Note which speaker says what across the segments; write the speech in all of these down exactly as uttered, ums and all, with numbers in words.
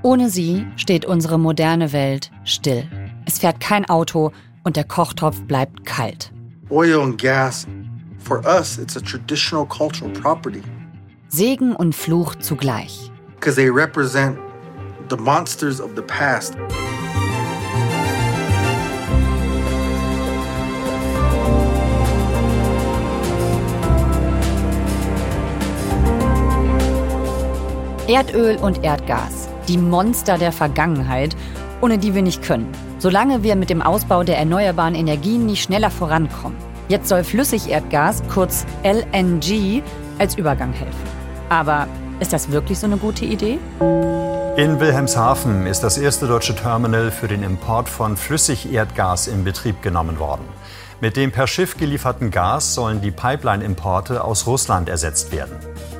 Speaker 1: Ohne sie steht unsere moderne Welt still. Es fährt kein Auto und der Kochtopf bleibt kalt.
Speaker 2: Oil and gas, for us, it's a traditional cultural property.
Speaker 1: Segen und Fluch zugleich.
Speaker 2: Because they represent the monsters of the past.
Speaker 1: Erdöl und Erdgas, die Monster der Vergangenheit, ohne die wir nicht können. Solange wir mit dem Ausbau der erneuerbaren Energien nicht schneller vorankommen. Jetzt soll Flüssigerdgas, kurz L N G, als Übergang helfen. Aber ist das wirklich so eine gute Idee?
Speaker 3: In Wilhelmshaven ist das erste deutsche Terminal für den Import von Flüssigerdgas in Betrieb genommen worden. Mit dem per Schiff gelieferten Gas sollen die Pipeline-Importe aus Russland ersetzt werden.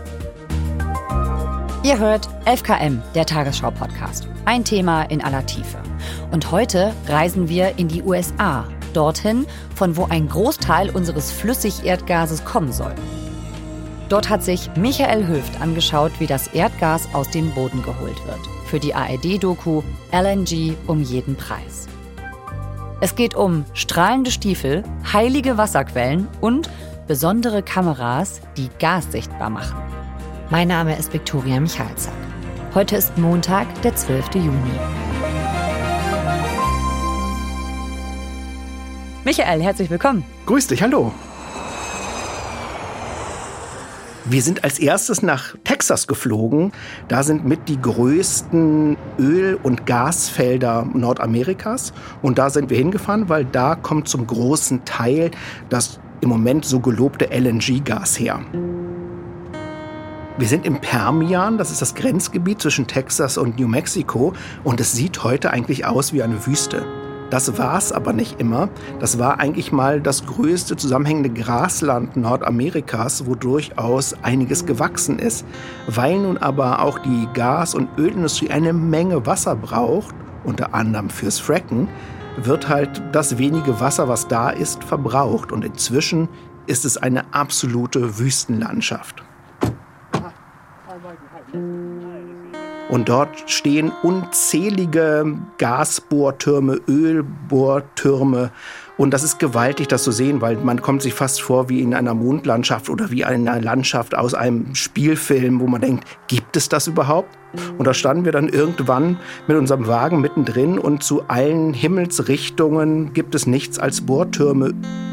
Speaker 1: Ihr hört elf K M, der Tagesschau-Podcast. Ein Thema in aller Tiefe. Und heute reisen wir in die U S A, dorthin, von wo ein Großteil unseres Flüssigerdgases kommen soll. Dort hat sich Michael Höft angeschaut, wie das Erdgas aus dem Boden geholt wird. Für die A R D-Doku L N G um jeden Preis. Es geht um strahlende Stiefel, heilige Wasserquellen und besondere Kameras, die Gas sichtbar machen. Mein Name ist Viktoria Michalzack. Heute ist Montag, der zwölfte Juni. Michael, herzlich willkommen.
Speaker 4: Grüß dich, hallo. Wir sind als erstes nach Texas geflogen. Da sind mit die größten Öl- und Gasfelder Nordamerikas. Und da sind wir hingefahren, weil da kommt zum großen Teil das im Moment so gelobte L N G-Gas her. Wir sind im Permian, das ist das Grenzgebiet zwischen Texas und New Mexico. Und es sieht heute eigentlich aus wie eine Wüste. Das war es aber nicht immer. Das war eigentlich mal das größte zusammenhängende Grasland Nordamerikas, wo durchaus einiges gewachsen ist. Weil nun aber auch die Gas- und Ölindustrie eine Menge Wasser braucht, unter anderem fürs Fracken, wird halt das wenige Wasser, was da ist, verbraucht. Und inzwischen ist es eine absolute Wüstenlandschaft. Und dort stehen unzählige Gasbohrtürme, Ölbohrtürme. Und das ist gewaltig, das zu sehen, weil man kommt sich fast vor wie in einer Mondlandschaft oder wie in einer Landschaft aus einem Spielfilm, wo man denkt, gibt es das überhaupt? Und da standen wir dann irgendwann mit unserem Wagen mittendrin und zu allen Himmelsrichtungen gibt es nichts als Bohrtürme.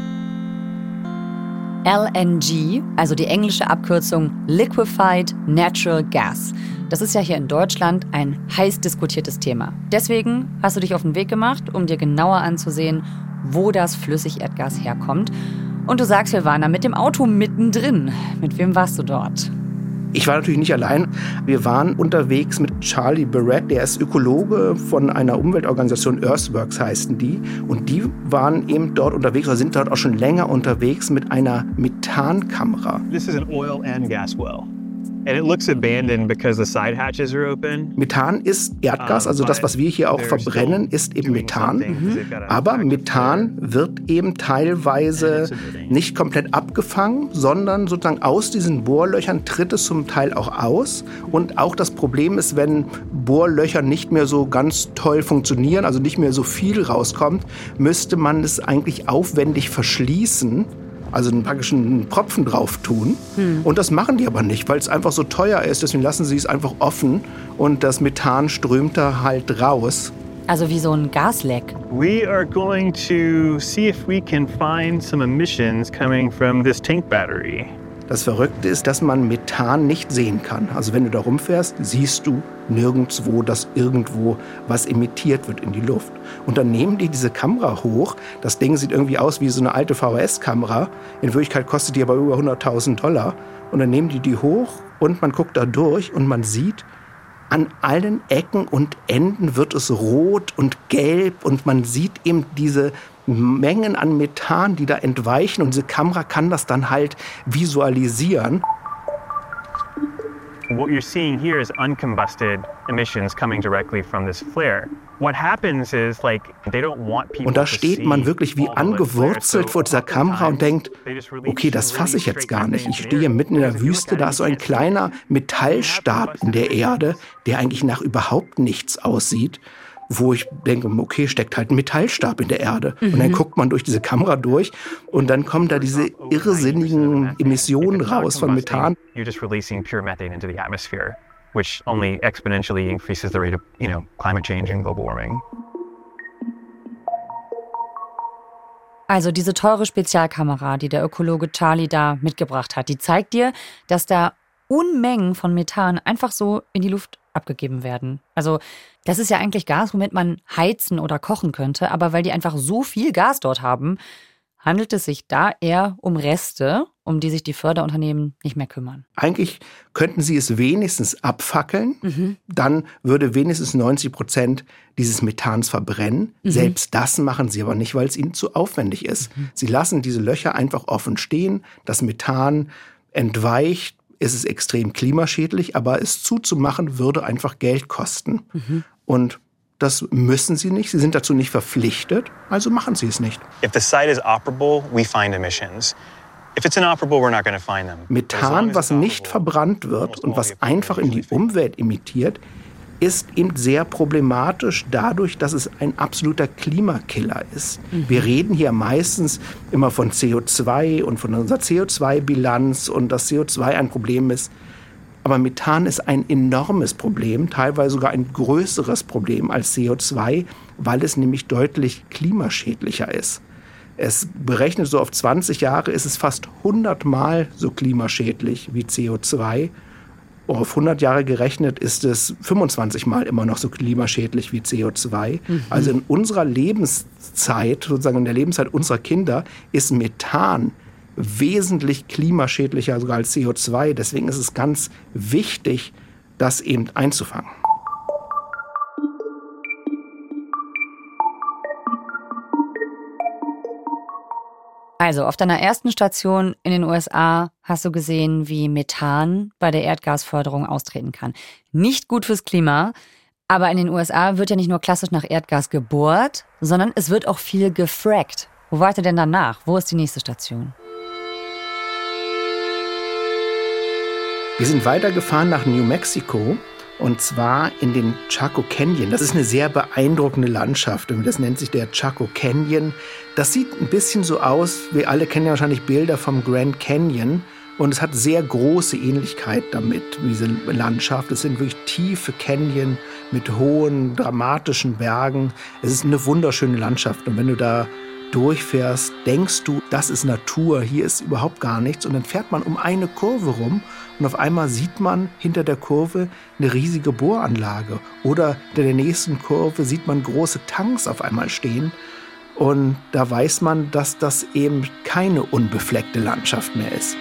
Speaker 1: L N G, also die englische Abkürzung Liquefied Natural Gas. Das ist ja hier in Deutschland ein heiß diskutiertes Thema. Deswegen hast du dich auf den Weg gemacht, um dir genauer anzusehen, wo das Flüssigerdgas herkommt. Und du sagst, wir waren da mit dem Auto mittendrin. Mit wem warst du dort?
Speaker 4: Ich war natürlich nicht allein. Wir waren unterwegs mit Charlie Barrett, der ist Ökologe von einer Umweltorganisation, Earthworks heißen die. Und die waren eben dort unterwegs, oder sind dort auch schon länger unterwegs mit einer Methankamera.
Speaker 5: This is an oil and gas well. And it looks abandoned because the side hatches are open.
Speaker 4: Methan ist Erdgas, also das, was wir hier auch verbrennen, ist eben Methan. Mhm. Aber Methan wird eben teilweise nicht komplett abgefangen, sondern sozusagen aus diesen Bohrlöchern tritt es zum Teil auch aus. Und auch das Problem ist, wenn Bohrlöcher nicht mehr so ganz toll funktionieren, also nicht mehr so viel rauskommt, müsste man es eigentlich aufwendig verschließen. Also einen praktischen Propfen drauf tun. Hm. Und das machen die aber nicht, weil es einfach so teuer ist. Deswegen lassen sie es einfach offen und das Methan strömt da halt raus.
Speaker 1: Also wie so ein Gasleck.
Speaker 5: We are going to see if we can find some emissions coming from this tank battery.
Speaker 4: Das Verrückte ist, dass man Methan nicht sehen kann. Also wenn du da rumfährst, siehst du nirgendwo, dass irgendwo was emittiert wird in die Luft. Und dann nehmen die diese Kamera hoch. Das Ding sieht irgendwie aus wie so eine alte V H S-Kamera. In Wirklichkeit kostet die aber über hunderttausend Dollar. Und dann nehmen die die hoch und man guckt da durch und man sieht, an allen Ecken und Enden wird es rot und gelb und man sieht eben diese Mengen an Methan, die da entweichen und diese Kamera kann das dann halt visualisieren.
Speaker 5: What you're seeing here is uncombusted emissions coming directly from this flare. What happens is like they don't want people.
Speaker 4: Und da steht man wirklich wie angewurzelt vor dieser Kamera und denkt, okay, das fasse ich jetzt gar nicht. Ich stehe mitten in der Wüste, da ist so ein kleiner Metallstab in der Erde, der eigentlich nach überhaupt nichts aussieht, wo ich denke, okay, steckt halt ein Metallstab in der Erde. Mhm. Und dann guckt man durch diese Kamera durch und dann kommen da diese irrsinnigen Emissionen raus von Methan.
Speaker 5: You're just releasing pure methane into the atmosphere, which only exponentially increases the rate of, you know, climate change and global warming.
Speaker 1: Also diese teure Spezialkamera, die der Ökologe Charlie da mitgebracht hat, die zeigt dir, dass da Unmengen von Methan einfach so in die Luft abgegeben werden. Also das ist ja eigentlich Gas, womit man heizen oder kochen könnte, aber weil die einfach so viel Gas dort haben, handelt es sich da eher um Reste, um die sich die Förderunternehmen nicht mehr kümmern.
Speaker 4: Eigentlich könnten sie es wenigstens abfackeln, mhm. dann würde wenigstens neunzig Prozent dieses Methans verbrennen. Mhm. Selbst das machen sie aber nicht, weil es ihnen zu aufwendig ist. Mhm. Sie lassen diese Löcher einfach offen stehen, das Methan entweicht. Es ist extrem klimaschädlich, aber es zuzumachen würde einfach Geld kosten. Mhm. Und das müssen sie nicht. Sie sind dazu nicht verpflichtet, also machen sie es nicht.
Speaker 6: If the site is operable, we find emissions. If it's inoperable, we're not going to find them.
Speaker 4: Methan, was nicht verbrannt wird und was einfach in die Umwelt emittiert, ist eben sehr problematisch dadurch, dass es ein absoluter Klimakiller ist. Mhm. Wir reden hier meistens immer von C O zwei und von unserer C O zwei Bilanz und dass C O zwei ein Problem ist. Aber Methan ist ein enormes Problem, teilweise sogar ein größeres Problem als C O zwei, weil es nämlich deutlich klimaschädlicher ist. Es berechnet so auf zwanzig Jahre ist es fast hundert Mal so klimaschädlich wie C O zwei. Auf hundert Jahre gerechnet ist es fünfundzwanzig Mal immer noch so klimaschädlich wie C O zwei. Mhm. Also in unserer Lebenszeit, sozusagen in der Lebenszeit unserer Kinder, ist Methan wesentlich klimaschädlicher sogar als C O zwei. Deswegen ist es ganz wichtig, das eben einzufangen.
Speaker 1: Also auf deiner ersten Station in den U S A hast du gesehen, wie Methan bei der Erdgasförderung austreten kann. Nicht gut fürs Klima, aber in den U S A wird ja nicht nur klassisch nach Erdgas gebohrt, sondern es wird auch viel gefrackt. Wo wart ihr denn danach? Wo ist die nächste Station?
Speaker 4: Wir sind weitergefahren nach New Mexico. Und zwar in den Chaco Canyon. Das ist eine sehr beeindruckende Landschaft. Das nennt sich der Chaco Canyon. Das sieht ein bisschen so aus, wir alle kennen ja wahrscheinlich Bilder vom Grand Canyon. Und es hat sehr große Ähnlichkeit damit, diese Landschaft. Es sind wirklich tiefe Canyon mit hohen, dramatischen Bergen. Es ist eine wunderschöne Landschaft. Und wenn du da durchfährst, denkst du, das ist Natur, hier ist überhaupt gar nichts. Und dann fährt man um eine Kurve rum und auf einmal sieht man hinter der Kurve eine riesige Bohranlage. Oder hinter der nächsten Kurve sieht man große Tanks auf einmal stehen. Und da weiß man, dass das eben keine unbefleckte Landschaft mehr ist.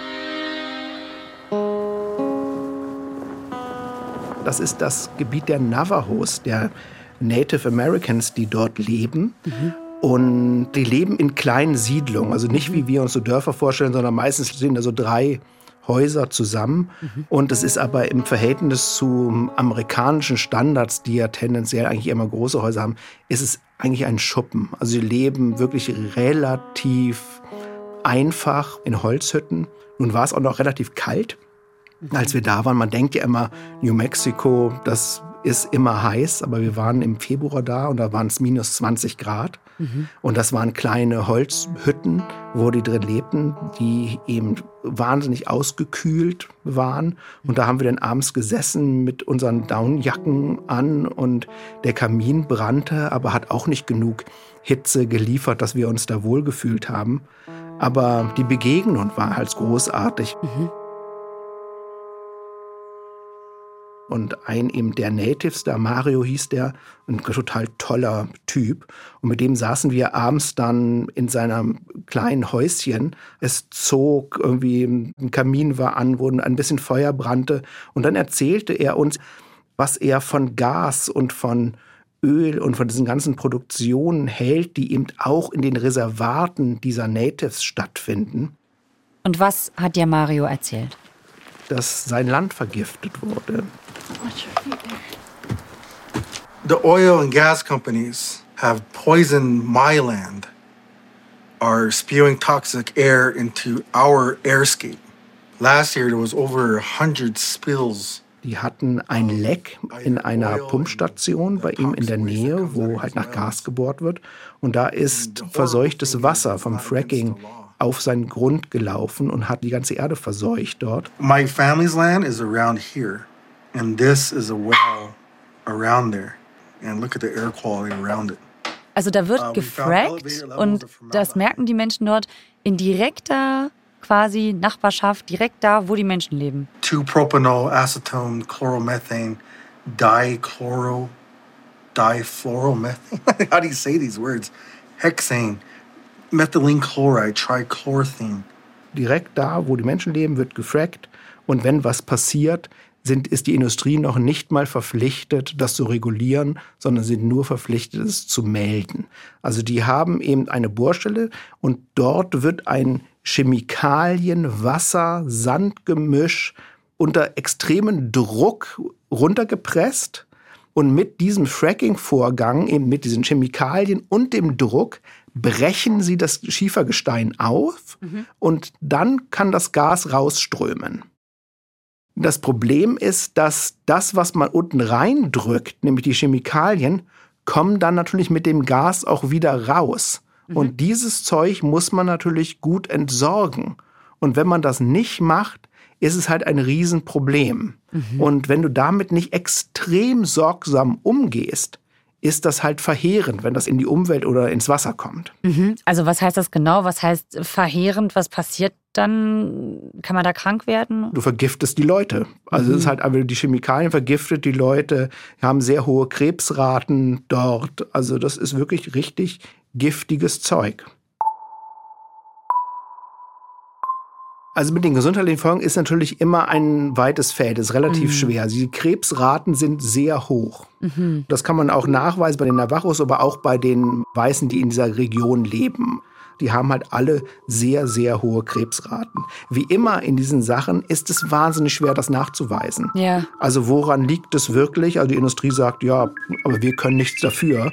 Speaker 4: Das ist das Gebiet der Navajos, der Native Americans, die dort leben. Mhm. Und die leben in kleinen Siedlungen, also nicht wie wir uns so Dörfer vorstellen, sondern meistens sind da so drei Häuser zusammen. Mhm. Und es ist aber im Verhältnis zu amerikanischen Standards, die ja tendenziell eigentlich immer große Häuser haben, ist es eigentlich ein Schuppen. Also sie leben wirklich relativ einfach in Holzhütten. Nun war es auch noch relativ kalt, mhm. als wir da waren. Man denkt ja immer, New Mexico, das ist immer heiß, aber wir waren im Februar da und da waren es minus zwanzig Grad. Mhm. Und das waren kleine Holzhütten, wo die drin lebten, die eben wahnsinnig ausgekühlt waren. Und da haben wir dann abends gesessen mit unseren Downjacken an und der Kamin brannte, aber hat auch nicht genug Hitze geliefert, dass wir uns da wohlgefühlt haben. Aber die Begegnung war halt großartig. Mhm. Und ein eben der Natives, der Mario hieß der, ein total toller Typ. Und mit dem saßen wir abends dann in seinem kleinen Häuschen. Es zog, irgendwie ein Kamin war an, wo ein bisschen Feuer brannte. Und dann erzählte er uns, was er von Gas und von Öl und von diesen ganzen Produktionen hält, die eben auch in den Reservaten dieser Natives stattfinden.
Speaker 1: Und was hat dir Mario erzählt?
Speaker 4: dass sein Land vergiftet wurde.
Speaker 2: The oil and gas companies have poisoned my land, are spewing toxic air into our airscape. Last year there was over one hundred spills.
Speaker 4: Die hatten ein Leck in einer Pumpstation bei ihm in der Nähe, wo halt nach Gas gebohrt wird. Und da ist verseuchtes Wasser vom Fracking auf seinen Grund gelaufen und hat die ganze Erde verseucht dort.
Speaker 2: My family's land is around here, and this is a well around there. And look at the air quality around it.
Speaker 1: Also da wird gefrackt und das merken die Menschen dort in direkter quasi Nachbarschaft, direkt da, wo die Menschen leben.
Speaker 2: two propanol, acetone, chloromethane, dichloro, difluoromethane. How do you say these words? Hexane, methylene chloride, trichlorothene.
Speaker 4: Direkt da, wo die Menschen leben, wird gefrackt. Und wenn was passiert, sind, ist die Industrie noch nicht mal verpflichtet, das zu regulieren, sondern sind nur verpflichtet, es zu melden. Also die haben eben eine Bohrstelle und dort wird ein Chemikalien-, Wasser-, Sandgemisch unter extremen Druck runtergepresst. Und mit diesem Fracking-Vorgang, eben mit diesen Chemikalien und dem Druck, brechen sie das Schiefergestein auf mhm. und dann kann das Gas rausströmen. Das Problem ist, dass das, was man unten reindrückt, nämlich die Chemikalien, kommen dann natürlich mit dem Gas auch wieder raus. Mhm. Und dieses Zeug muss man natürlich gut entsorgen. Und wenn man das nicht macht, ist es halt ein Riesenproblem. Mhm. Und wenn du damit nicht extrem sorgsam umgehst, ist das halt verheerend, wenn das in die Umwelt oder ins Wasser kommt.
Speaker 1: Mhm. Also was heißt das genau? Was heißt verheerend? Was passiert dann? Kann man da krank werden?
Speaker 4: Du vergiftest die Leute. Also mhm. es ist halt einfach, die Chemikalien vergiftet die Leute, haben sehr hohe Krebsraten dort. Also das ist wirklich richtig giftiges Zeug. Also mit den gesundheitlichen Folgen ist natürlich immer ein weites Feld, ist relativ mhm. schwer. Die Krebsraten sind sehr hoch. Mhm. Das kann man auch nachweisen bei den Navajos, aber auch bei den Weißen, die in dieser Region leben. Die haben halt alle sehr, sehr hohe Krebsraten. Wie immer in diesen Sachen ist es wahnsinnig schwer, das nachzuweisen. Ja. Also woran liegt es wirklich? Also die Industrie sagt, ja, aber wir können nichts dafür.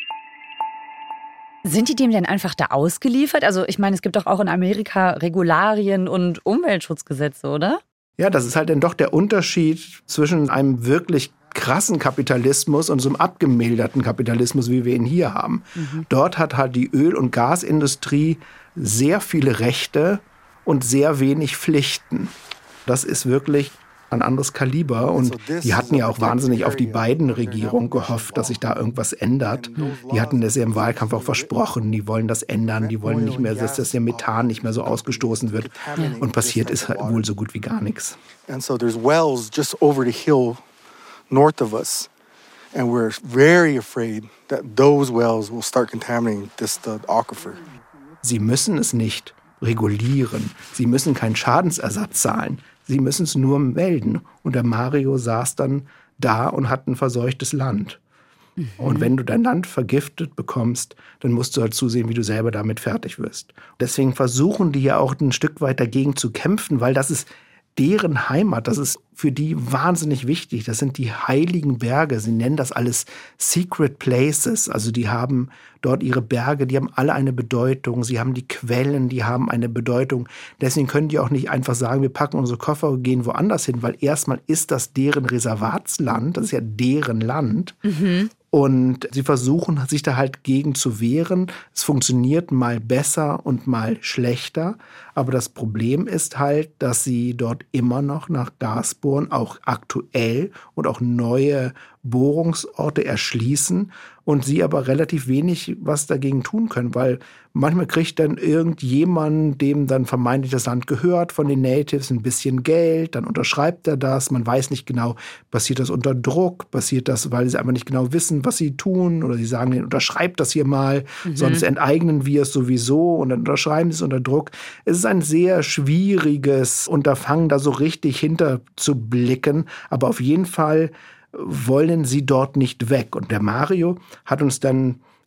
Speaker 1: Sind die dem denn einfach da ausgeliefert? Also ich meine, es gibt doch auch in Amerika Regularien und Umweltschutzgesetze, oder?
Speaker 4: Ja, das ist halt dann doch der Unterschied zwischen einem wirklich krassen Kapitalismus und so einem abgemilderten Kapitalismus, wie wir ihn hier haben. Mhm. Dort hat halt die Öl- und Gasindustrie sehr viele Rechte und sehr wenig Pflichten. Das ist wirklich ein anderes Kaliber und die hatten ja auch wahnsinnig auf die Biden-Regierung gehofft, dass sich da irgendwas ändert. Die hatten das ja im Wahlkampf auch versprochen, die wollen das ändern, die wollen nicht mehr, dass das der Methan nicht mehr so ausgestoßen wird und passiert ist halt wohl so gut wie gar nichts.
Speaker 2: And so there's wells just over the hill north of us and we're very afraid that those wells will start contaminating this the aquifer.
Speaker 4: Sie müssen es nicht regulieren, sie müssen keinen Schadensersatz zahlen. Sie müssen es nur melden. Und der Mario saß dann da und hat ein verseuchtes Land. Mhm. Und wenn du dein Land vergiftet bekommst, dann musst du halt zusehen, wie du selber damit fertig wirst. Deswegen versuchen die ja auch ein Stück weit dagegen zu kämpfen, weil das ist deren Heimat, das ist für die wahnsinnig wichtig. Das sind die heiligen Berge. Sie nennen das alles Secret Places. Also die haben dort ihre Berge, die haben alle eine Bedeutung. Sie haben die Quellen, die haben eine Bedeutung. Deswegen können die auch nicht einfach sagen, wir packen unsere Koffer und gehen woanders hin, weil erstmal ist das deren Reservatsland, das ist ja deren Land. Mhm. Und sie versuchen, sich da halt gegen zu wehren. Es funktioniert mal besser und mal schlechter. Aber das Problem ist halt, dass sie dort immer noch nach Gas bohren, auch aktuell und auch neue Bohrungsorte erschließen und sie aber relativ wenig was dagegen tun können, weil manchmal kriegt dann irgendjemand, dem dann vermeintlich das Land gehört, von den Natives ein bisschen Geld, dann unterschreibt er das, man weiß nicht genau, passiert das unter Druck, passiert das, weil sie einfach nicht genau wissen, was sie tun oder sie sagen, nee, unterschreibt das hier mal, mhm. sonst enteignen wir es sowieso und dann unterschreiben sie es unter Druck. Es ist ein sehr schwieriges Unterfangen, da so richtig hinter zu blicken, aber auf jeden Fall wollen sie dort nicht weg. Und der Mario hat uns dann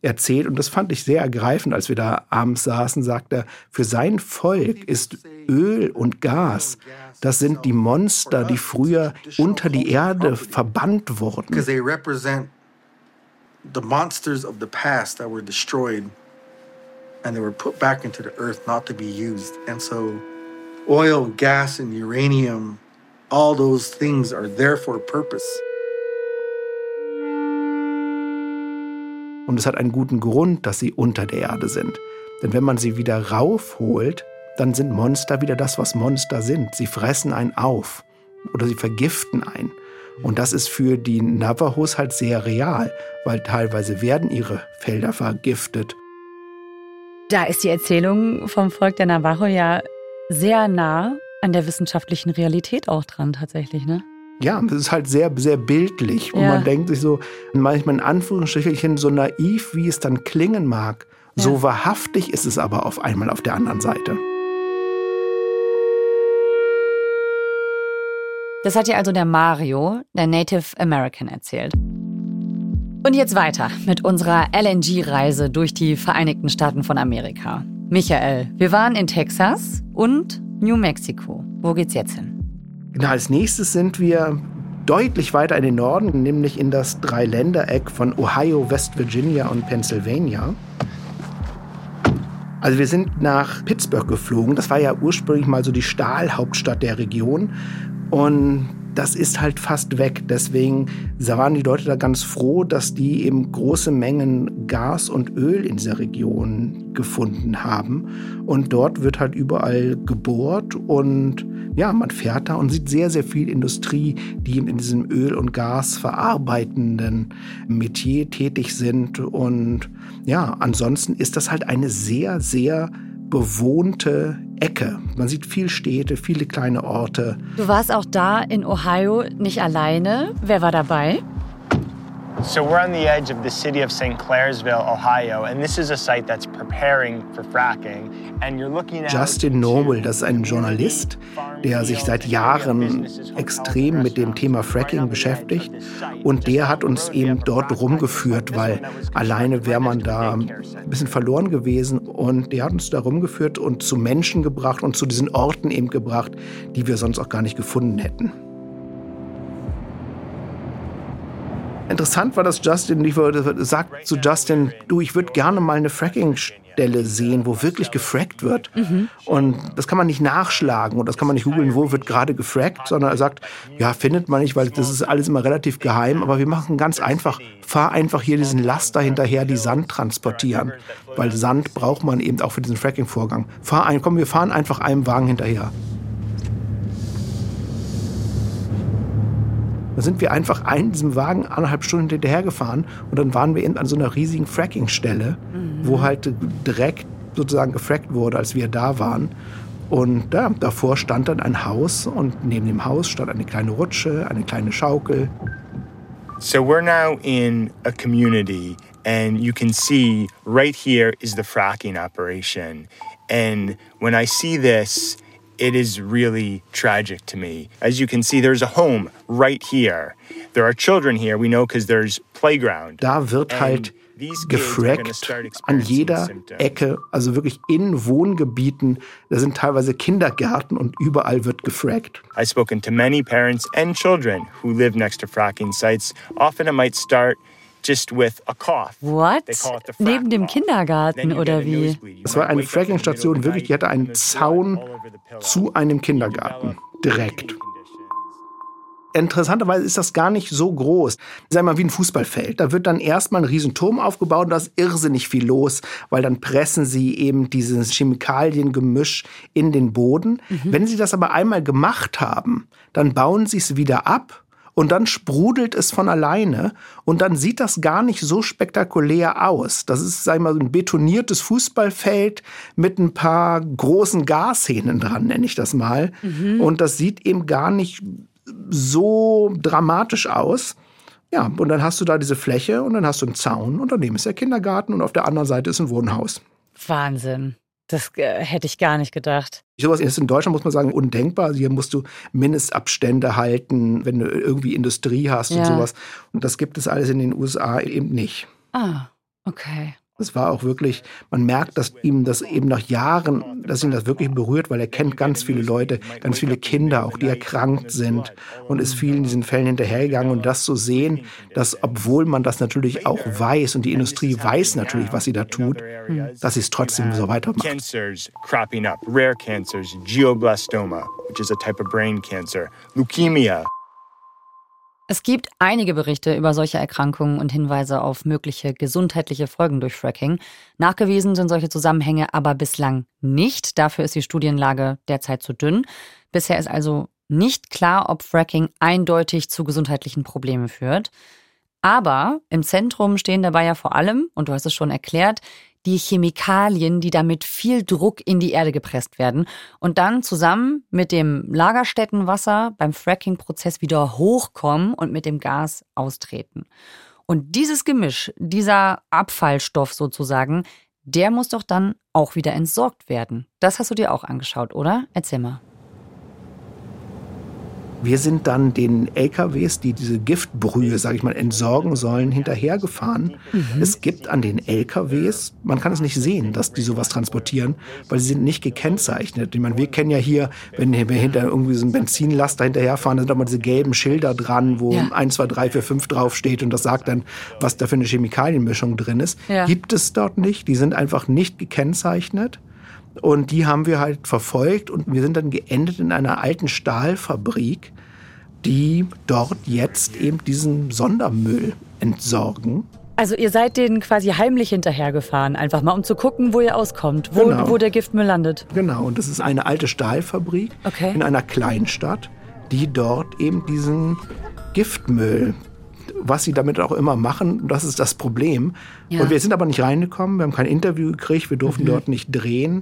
Speaker 4: erzählt. Und das fand ich sehr ergreifend, als wir da abends saßen, sagt er, für sein Volk ist Öl und Gas, das sind die Monster, die früher unter die Erde verbannt wurden.
Speaker 2: Because they represent the monsters of the past that were destroyed and they were put back into the earth not to be used. And so oil, gas, and uranium, all those things are there for a purpose.
Speaker 4: Und es hat einen guten Grund, dass sie unter der Erde sind. Denn wenn man sie wieder raufholt, dann sind Monster wieder das, was Monster sind. Sie fressen einen auf oder sie vergiften einen. Und das ist für die Navajos halt sehr real, weil teilweise werden ihre Felder vergiftet.
Speaker 1: Da ist die Erzählung vom Volk der Navajo ja sehr nah an der wissenschaftlichen Realität auch dran tatsächlich, ne?
Speaker 4: Ja, das ist halt sehr, sehr bildlich. Und ja. Man denkt sich so, manchmal in Anführungsstrichen so naiv, wie es dann klingen mag. Ja. So wahrhaftig ist es aber auf einmal auf der anderen Seite.
Speaker 1: Das hat ja also der Mario, der Native American, erzählt. Und jetzt weiter mit unserer L N G-Reise durch die Vereinigten Staaten von Amerika. Michael, wir waren in Texas und New Mexico. Wo geht's jetzt hin?
Speaker 4: Genau, als nächstes sind wir deutlich weiter in den Norden, nämlich in das Dreiländereck von Ohio, West Virginia und Pennsylvania. Also wir sind nach Pittsburgh geflogen. Das war ja ursprünglich mal so die Stahlhauptstadt der Region. Und das ist halt fast weg. Deswegen waren die Leute da ganz froh, dass die eben große Mengen Gas und Öl in dieser Region gefunden haben. Und dort wird halt überall gebohrt und ja, man fährt da und sieht sehr, sehr viel Industrie, die in diesem Öl- und Gas verarbeitenden Metier tätig sind. Und ja, ansonsten ist das halt eine sehr, sehr bewohnte Ecke. Man sieht viele Städte, viele kleine Orte.
Speaker 1: Du warst auch da in Ohio nicht alleine. Wer war dabei?
Speaker 7: So we're on the edge of the city of Saint Clairsville, Ohio, and this is a site that's preparing for fracking. And you're looking at
Speaker 4: Justin Norwell, das ist ein Journalist, der sich seit Jahren extrem mit dem Thema Fracking beschäftigt. Und der hat uns eben dort rumgeführt, weil alleine wäre man da ein bisschen verloren gewesen. Und der hat uns da rumgeführt und zu Menschen gebracht und zu diesen Orten eben gebracht, die wir sonst auch gar nicht gefunden hätten. Interessant war, dass Justin, ich würde, sagt zu Justin, du, ich würde gerne mal eine Fracking-Stelle sehen, wo wirklich gefrackt wird. Mhm. Und das kann man nicht nachschlagen und das kann man nicht googeln, wo wird gerade gefrackt, sondern er sagt, ja, findet man nicht, weil das ist alles immer relativ geheim, aber wir machen ganz einfach, fahr einfach hier diesen Laster hinterher, die Sand transportieren, weil Sand braucht man eben auch für diesen Fracking-Vorgang. Fahr ein, komm, wir fahren einfach einem Wagen hinterher. Da sind wir einfach in diesem Wagen anderthalb Stunden hinterhergefahren und dann waren wir eben an so einer riesigen Fracking-Stelle, mhm. wo halt direkt sozusagen gefrackt wurde, als wir da waren. Und ja, davor stand dann ein Haus und neben dem Haus stand eine kleine Rutsche, eine kleine Schaukel.
Speaker 7: So we're now in a community and you can see right here is the fracking operation. And when I see this, it is really tragic to me. As you can see, there's a home right here. There are children here, we know, because there's playground.
Speaker 4: Da wird halt gefrackt an jeder Ecke, also wirklich in Wohngebieten. Da sind teilweise Kindergärten und überall wird gefrackt.
Speaker 7: I've spoken to many parents and children who live next to fracking sites. Often it might start just with a cough.
Speaker 1: What? Neben dem Kindergarten oder wie?
Speaker 4: Es war eine Fracking-Station, wirklich, die hatte einen Zaun zu einem Kindergarten, direkt. Interessanterweise ist das gar nicht so groß. Sag mal, wie ein Fußballfeld. Da wird dann erstmal ein Riesenturm aufgebaut und da ist irrsinnig viel los, weil dann pressen sie eben dieses Chemikaliengemisch in den Boden. Mhm. Wenn sie das aber einmal gemacht haben, dann bauen sie es wieder ab. Und dann sprudelt es von alleine und dann sieht das gar nicht so spektakulär aus. Das ist, sag ich mal, ein betoniertes Fußballfeld mit ein paar großen Gashähnen dran, nenne ich das mal. Mhm. Und das sieht eben gar nicht so dramatisch aus. Ja, und dann hast du da diese Fläche und dann hast du einen Zaun und daneben ist der Kindergarten und auf der anderen Seite ist ein Wohnhaus.
Speaker 1: Wahnsinn. Das äh, hätte ich gar nicht gedacht.
Speaker 4: Sowas ist in Deutschland, muss man sagen, undenkbar. Hier musst du Mindestabstände halten, wenn du irgendwie Industrie hast ja. und sowas. Und das gibt es alles in den U S A eben nicht.
Speaker 1: Ah, Okay.
Speaker 4: Es war auch wirklich, man merkt, dass ihm das eben nach Jahren, dass ihn das wirklich berührt, weil er kennt ganz viele Leute, ganz viele Kinder, auch die erkrankt sind und ist vielen diesen Fällen hinterhergegangen. Und das zu sehen, dass obwohl man das natürlich auch weiß und die Industrie weiß natürlich, was sie da tut, dass sie es trotzdem so weitermacht.
Speaker 7: Cancers cropping up, rare cancers, Glioblastoma, which is a type of brain cancer, Leukemia.
Speaker 1: Es gibt einige Berichte über solche Erkrankungen und Hinweise auf mögliche gesundheitliche Folgen durch Fracking. Nachgewiesen sind solche Zusammenhänge aber bislang nicht. Dafür ist die Studienlage derzeit zu dünn. Bisher ist also nicht klar, ob Fracking eindeutig zu gesundheitlichen Problemen führt. Aber im Zentrum stehen dabei ja vor allem, und du hast es schon erklärt, die Chemikalien, die da mit viel Druck in die Erde gepresst werden und dann zusammen mit dem Lagerstättenwasser beim Fracking-Prozess wieder hochkommen und mit dem Gas austreten. Und dieses Gemisch, dieser Abfallstoff sozusagen, der muss doch dann auch wieder entsorgt werden. Das hast du dir auch angeschaut, oder? Erzähl mal.
Speaker 4: Wir sind dann den L K Ws, die diese Giftbrühe, sage ich mal, entsorgen sollen, hinterhergefahren. Mhm. Es gibt an den L K Ws, man kann es nicht sehen, dass die sowas transportieren, weil sie sind nicht gekennzeichnet. Ich meine, wir kennen ja hier, wenn wir hinter irgendwie so einen Benzinlaster hinterherfahren, da sind doch mal diese gelben Schilder dran, wo ja. eins, zwei, drei, vier, fünf draufsteht und das sagt dann, was da für eine Chemikalienmischung drin ist. Ja. Gibt es dort nicht. Die sind einfach nicht gekennzeichnet. Und die haben wir halt verfolgt und wir sind dann geendet in einer alten Stahlfabrik, die dort jetzt eben diesen Sondermüll entsorgen.
Speaker 1: Also ihr seid denen quasi heimlich hinterhergefahren, einfach mal um zu gucken, wo ihr auskommt, wo,
Speaker 4: genau.
Speaker 1: wo der Giftmüll landet.
Speaker 4: Genau, und das ist eine alte Stahlfabrik okay. in einer Kleinstadt, die dort eben diesen Giftmüll, was sie damit auch immer machen, das ist das Problem. Ja. Und wir sind aber nicht reingekommen, wir haben kein Interview gekriegt, wir durften mhm. dort nicht drehen.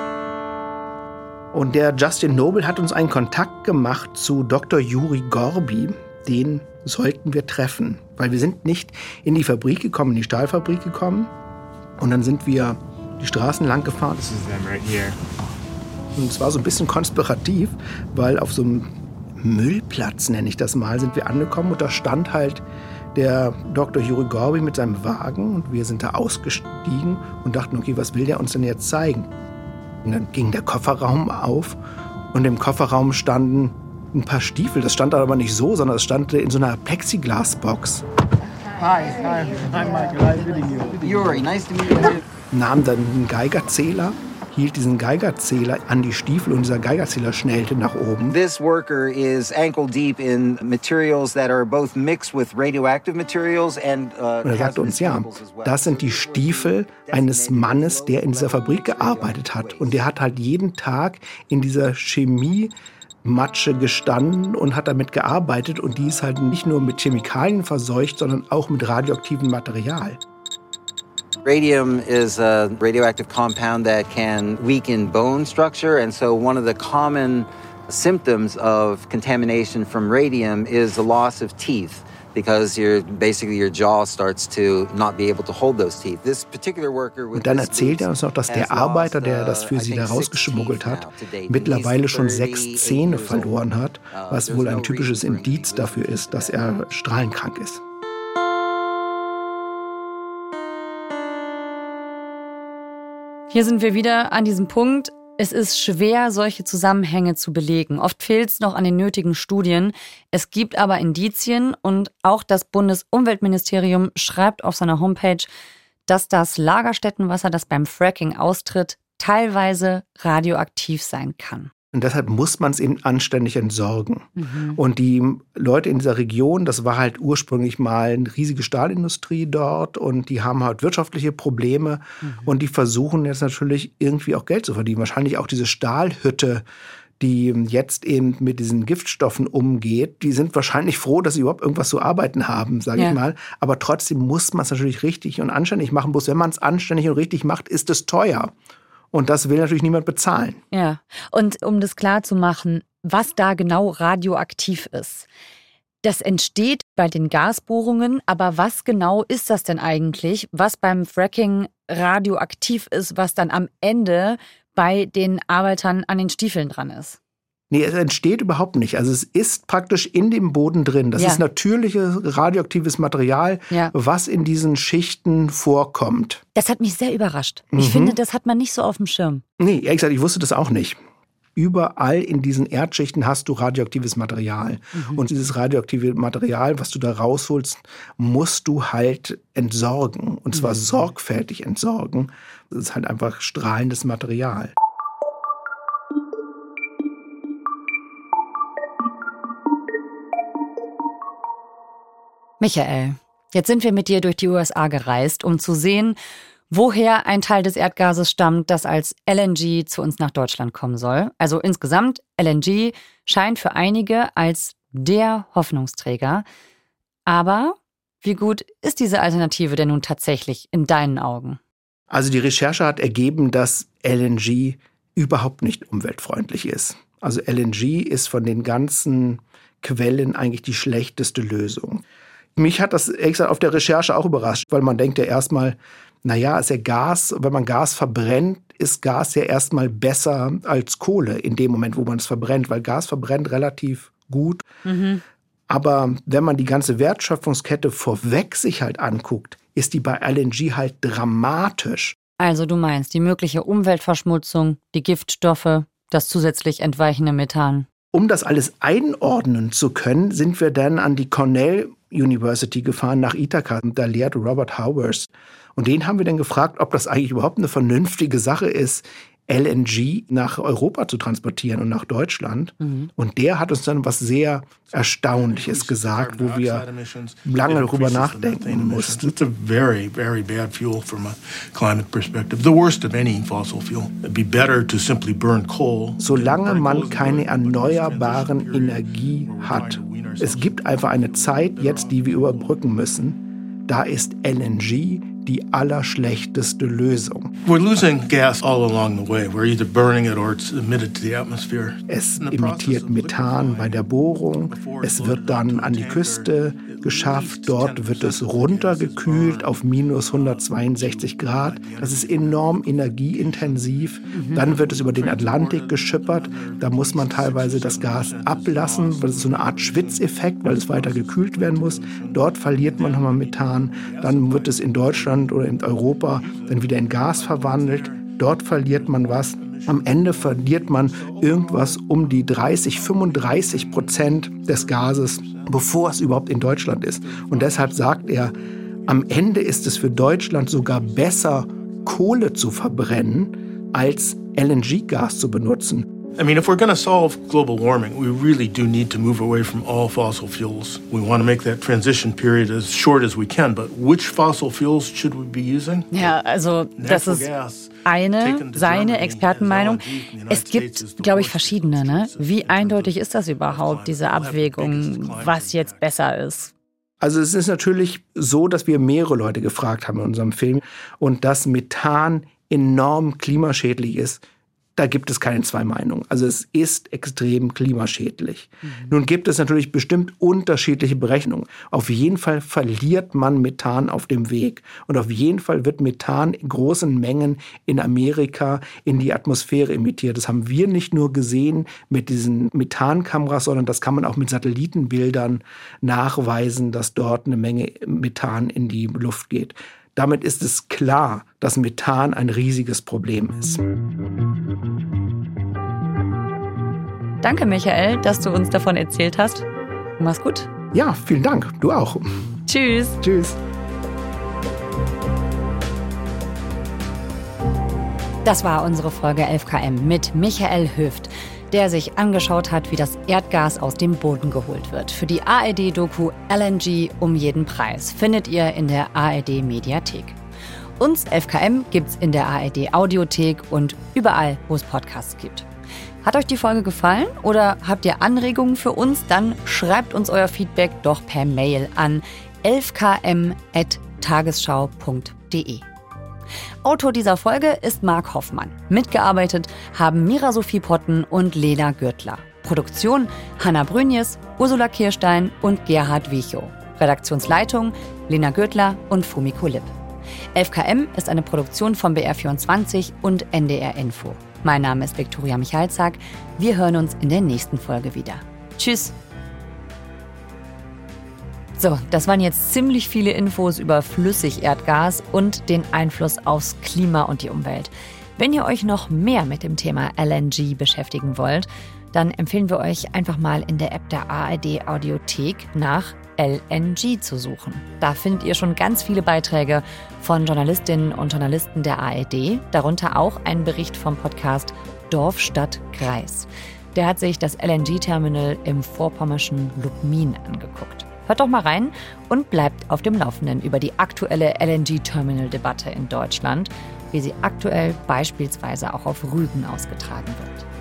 Speaker 4: Und der Justin Noble hat uns einen Kontakt gemacht zu Doktor Juri Gorby. Den sollten wir treffen, weil wir sind nicht in die Fabrik gekommen, in die Stahlfabrik gekommen. Und dann sind wir die Straßen lang gefahren.
Speaker 7: This is them right here.
Speaker 4: Und es war so ein bisschen konspirativ, weil auf so einem Müllplatz, nenne ich das mal, sind wir angekommen und da stand halt der Doktor Juri Gorby mit seinem Wagen und wir sind da ausgestiegen und dachten, okay, was will der uns denn jetzt zeigen? Und dann ging der Kofferraum auf und im Kofferraum standen ein paar Stiefel. Das stand aber nicht so, sondern es stand in so einer Plexiglasbox.
Speaker 8: Hi, hi, I'm Michael, I'm meeting you. Juri, nice to meet you.
Speaker 4: Nahm dann einen Geigerzähler, hielt diesen Geigerzähler an die Stiefel und dieser Geigerzähler schnellte nach oben.
Speaker 8: This worker is ankle deep in materials that are both mixed with radioactive materials and uh,
Speaker 4: und er sagte uns, ja, das sind die Stiefel eines Mannes, der in dieser Fabrik gearbeitet hat. Und der hat halt jeden Tag in dieser Chemiematsche gestanden und hat damit gearbeitet. Und die ist halt nicht nur mit Chemikalien verseucht, sondern auch mit radioaktivem Material.
Speaker 8: Radium is a radioactive compound that can weaken bone structure, and so one of the common symptoms of contamination from radium is the loss of teeth, because you're basically your jaw starts to not be able to hold those teeth. This particular worker with
Speaker 4: Und dann erzählt er uns noch, dass der Arbeiter, der das für sie da rausgeschmuggelt hat, mittlerweile schon sechs Zähne verloren hat, was wohl ein typisches Indiz dafür ist, dass er strahlenkrank ist.
Speaker 1: Hier sind wir wieder an diesem Punkt. Es ist schwer, solche Zusammenhänge zu belegen. Oft fehlt es noch an den nötigen Studien. Es gibt aber Indizien und auch das Bundesumweltministerium schreibt auf seiner Homepage, dass das Lagerstättenwasser, das beim Fracking austritt, teilweise radioaktiv sein kann.
Speaker 4: Und deshalb muss man es eben anständig entsorgen.
Speaker 1: Mhm.
Speaker 4: Und die Leute in dieser Region, das war halt ursprünglich mal eine riesige Stahlindustrie dort und die haben halt wirtschaftliche Probleme mhm. und die versuchen jetzt natürlich irgendwie auch Geld zu verdienen. Wahrscheinlich auch diese Stahlhütte, die jetzt eben mit diesen Giftstoffen umgeht, die sind wahrscheinlich froh, dass sie überhaupt irgendwas zu arbeiten haben, sage ja. ich mal. Aber trotzdem muss man es natürlich richtig und anständig machen. Bloß wenn man es anständig und richtig macht, ist es teuer. Und das will natürlich niemand bezahlen.
Speaker 1: Ja, und um das klar zu machen, was da genau radioaktiv ist. Das entsteht bei den Gasbohrungen, aber was genau ist das denn eigentlich, was beim Fracking radioaktiv ist, was dann am Ende bei den Arbeitern an den Stiefeln dran ist?
Speaker 4: Nee, es entsteht überhaupt nicht. Also es ist praktisch in dem Boden drin. Das ja. ist natürliches radioaktives Material, ja. was in diesen Schichten vorkommt.
Speaker 1: Das hat mich sehr überrascht. Mhm. Ich finde, das hat man nicht so auf dem Schirm.
Speaker 4: Nee, ehrlich gesagt, ich wusste das auch nicht. Überall in diesen Erdschichten hast du radioaktives Material. Mhm. Und dieses radioaktive Material, was du da rausholst, musst du halt entsorgen. Und zwar mhm. sorgfältig entsorgen. Das ist halt einfach strahlendes Material.
Speaker 1: Michael, jetzt sind wir mit dir durch die U S A gereist, um zu sehen, woher ein Teil des Erdgases stammt, das als L N G zu uns nach Deutschland kommen soll. Also insgesamt, L N G scheint für einige als der Hoffnungsträger. Aber wie gut ist diese Alternative denn nun tatsächlich in deinen Augen?
Speaker 4: Also die Recherche hat ergeben, dass L N G überhaupt nicht umweltfreundlich ist. Also L N G ist von den ganzen Quellen eigentlich die schlechteste Lösung. Mich hat das ehrlich gesagt auf der Recherche auch überrascht, weil man denkt ja erstmal, naja, ist ja Gas, wenn man Gas verbrennt, ist Gas ja erstmal besser als Kohle in dem Moment, wo man es verbrennt, weil Gas verbrennt relativ gut. Mhm. Aber wenn man die ganze Wertschöpfungskette vorweg sich halt anguckt, ist die bei L N G halt dramatisch.
Speaker 1: Also du meinst die mögliche Umweltverschmutzung, die Giftstoffe, das zusätzlich entweichende Methan.
Speaker 4: Um das alles einordnen zu können, sind wir dann an die Cornell University gefahren, nach Ithaca. Da lehrt Robert Howers. Und den haben wir dann gefragt, ob das eigentlich überhaupt eine vernünftige Sache ist, L N G nach Europa zu transportieren und nach Deutschland. Mhm. Und der hat uns dann was sehr Erstaunliches gesagt, wo wir lange darüber nachdenken mussten.
Speaker 9: It's a very, very bad fuel from a climate perspective. The worst of any fossil fuel. It'd be better to simply burn coal.
Speaker 4: Solange man keine erneuerbaren Energie hat. Es gibt einfach eine Zeit jetzt, die wir überbrücken müssen. Da ist L N G die allerschlechteste Lösung.
Speaker 9: We're losing gas all along the way. We're either burning it or it's emitted to the atmosphere.
Speaker 4: Es emittiert Methan bei der Bohrung. Es wird dann an die Küste geschafft. Dort wird es runtergekühlt auf minus hundertzweiundsechzig Grad. Das ist enorm energieintensiv. Dann wird es über den Atlantik geschippert. Da muss man teilweise das Gas ablassen, weil es so eine Art Schwitzeffekt, weil es weiter gekühlt werden muss. Dort verliert man nochmal Methan. Dann wird es in Deutschland oder in Europa dann wieder in Gas verwandelt. Dort verliert man was. Am Ende verliert man irgendwas um die dreißig, fünfunddreißig Prozent des Gases, bevor es überhaupt in Deutschland ist. Und deshalb sagt er, am Ende ist es für Deutschland sogar besser, Kohle zu verbrennen, als L N G-Gas zu benutzen.
Speaker 9: I mean, if we're going to solve global warming, we really do need to move away from all fossil fuels. We want to make that transition period as short as we can, but which fossil fuels should we be using?
Speaker 1: Ja, also das ist eine, seine Expertenmeinung. Es gibt, glaube ich, verschiedene, ne? Wie eindeutig ist das überhaupt, diese Abwägung, was jetzt besser ist?
Speaker 4: Also es ist natürlich so, dass wir mehrere Leute gefragt haben in unserem Film und dass Methan enorm klimaschädlich ist. Da gibt es keine zwei Meinungen. Also es ist extrem klimaschädlich. Mhm. Nun gibt es natürlich bestimmt unterschiedliche Berechnungen. Auf jeden Fall verliert man Methan auf dem Weg. Und auf jeden Fall wird Methan in großen Mengen in Amerika in die Atmosphäre emittiert. Das haben wir nicht nur gesehen mit diesen Methankameras, sondern das kann man auch mit Satellitenbildern nachweisen, dass dort eine Menge Methan in die Luft geht. Damit ist es klar, dass Methan ein riesiges Problem ist.
Speaker 1: Danke, Michael, dass du uns davon erzählt hast. Mach's gut.
Speaker 4: Ja, vielen Dank. Du auch.
Speaker 1: Tschüss.
Speaker 4: Tschüss.
Speaker 1: Das war unsere Folge elf K M mit Michael Höft, der sich angeschaut hat, wie das Erdgas aus dem Boden geholt wird. Für die A R D-Doku L N G um jeden Preis findet ihr in der A R D-Mediathek. Uns elf K M gibt's in der A R D-Audiothek und überall, wo es Podcasts gibt. Hat euch die Folge gefallen oder habt ihr Anregungen für uns? Dann schreibt uns euer Feedback doch per Mail an elf k m at tagesschau punkt de. Autor dieser Folge ist Marc Hoffmann. Mitgearbeitet haben Mira Sophie Potten und Lena Gürtler. Produktion Hanna Brünjes, Ursula Kirstein und Gerhard Wiechow. Redaktionsleitung Lena Gürtler und Fumiko Lipp. elf K M ist eine Produktion von B R vierundzwanzig und N D R Info. Mein Name ist Viktoria Michalzack. Wir hören uns in der nächsten Folge wieder. Tschüss! So, das waren jetzt ziemlich viele Infos über Flüssigerdgas und den Einfluss aufs Klima und die Umwelt. Wenn ihr euch noch mehr mit dem Thema L N G beschäftigen wollt, dann empfehlen wir euch einfach mal in der App der A R D Audiothek nach L N G zu suchen. Da findet ihr schon ganz viele Beiträge von Journalistinnen und Journalisten der A R D, darunter auch einen Bericht vom Podcast Dorf, Stadt, Kreis. Der hat sich das L N G-Terminal im vorpommerschen Lubmin angeguckt. Hört doch mal rein und bleibt auf dem Laufenden über die aktuelle L N G-Terminal-Debatte in Deutschland, wie sie aktuell beispielsweise auch auf Rügen ausgetragen wird.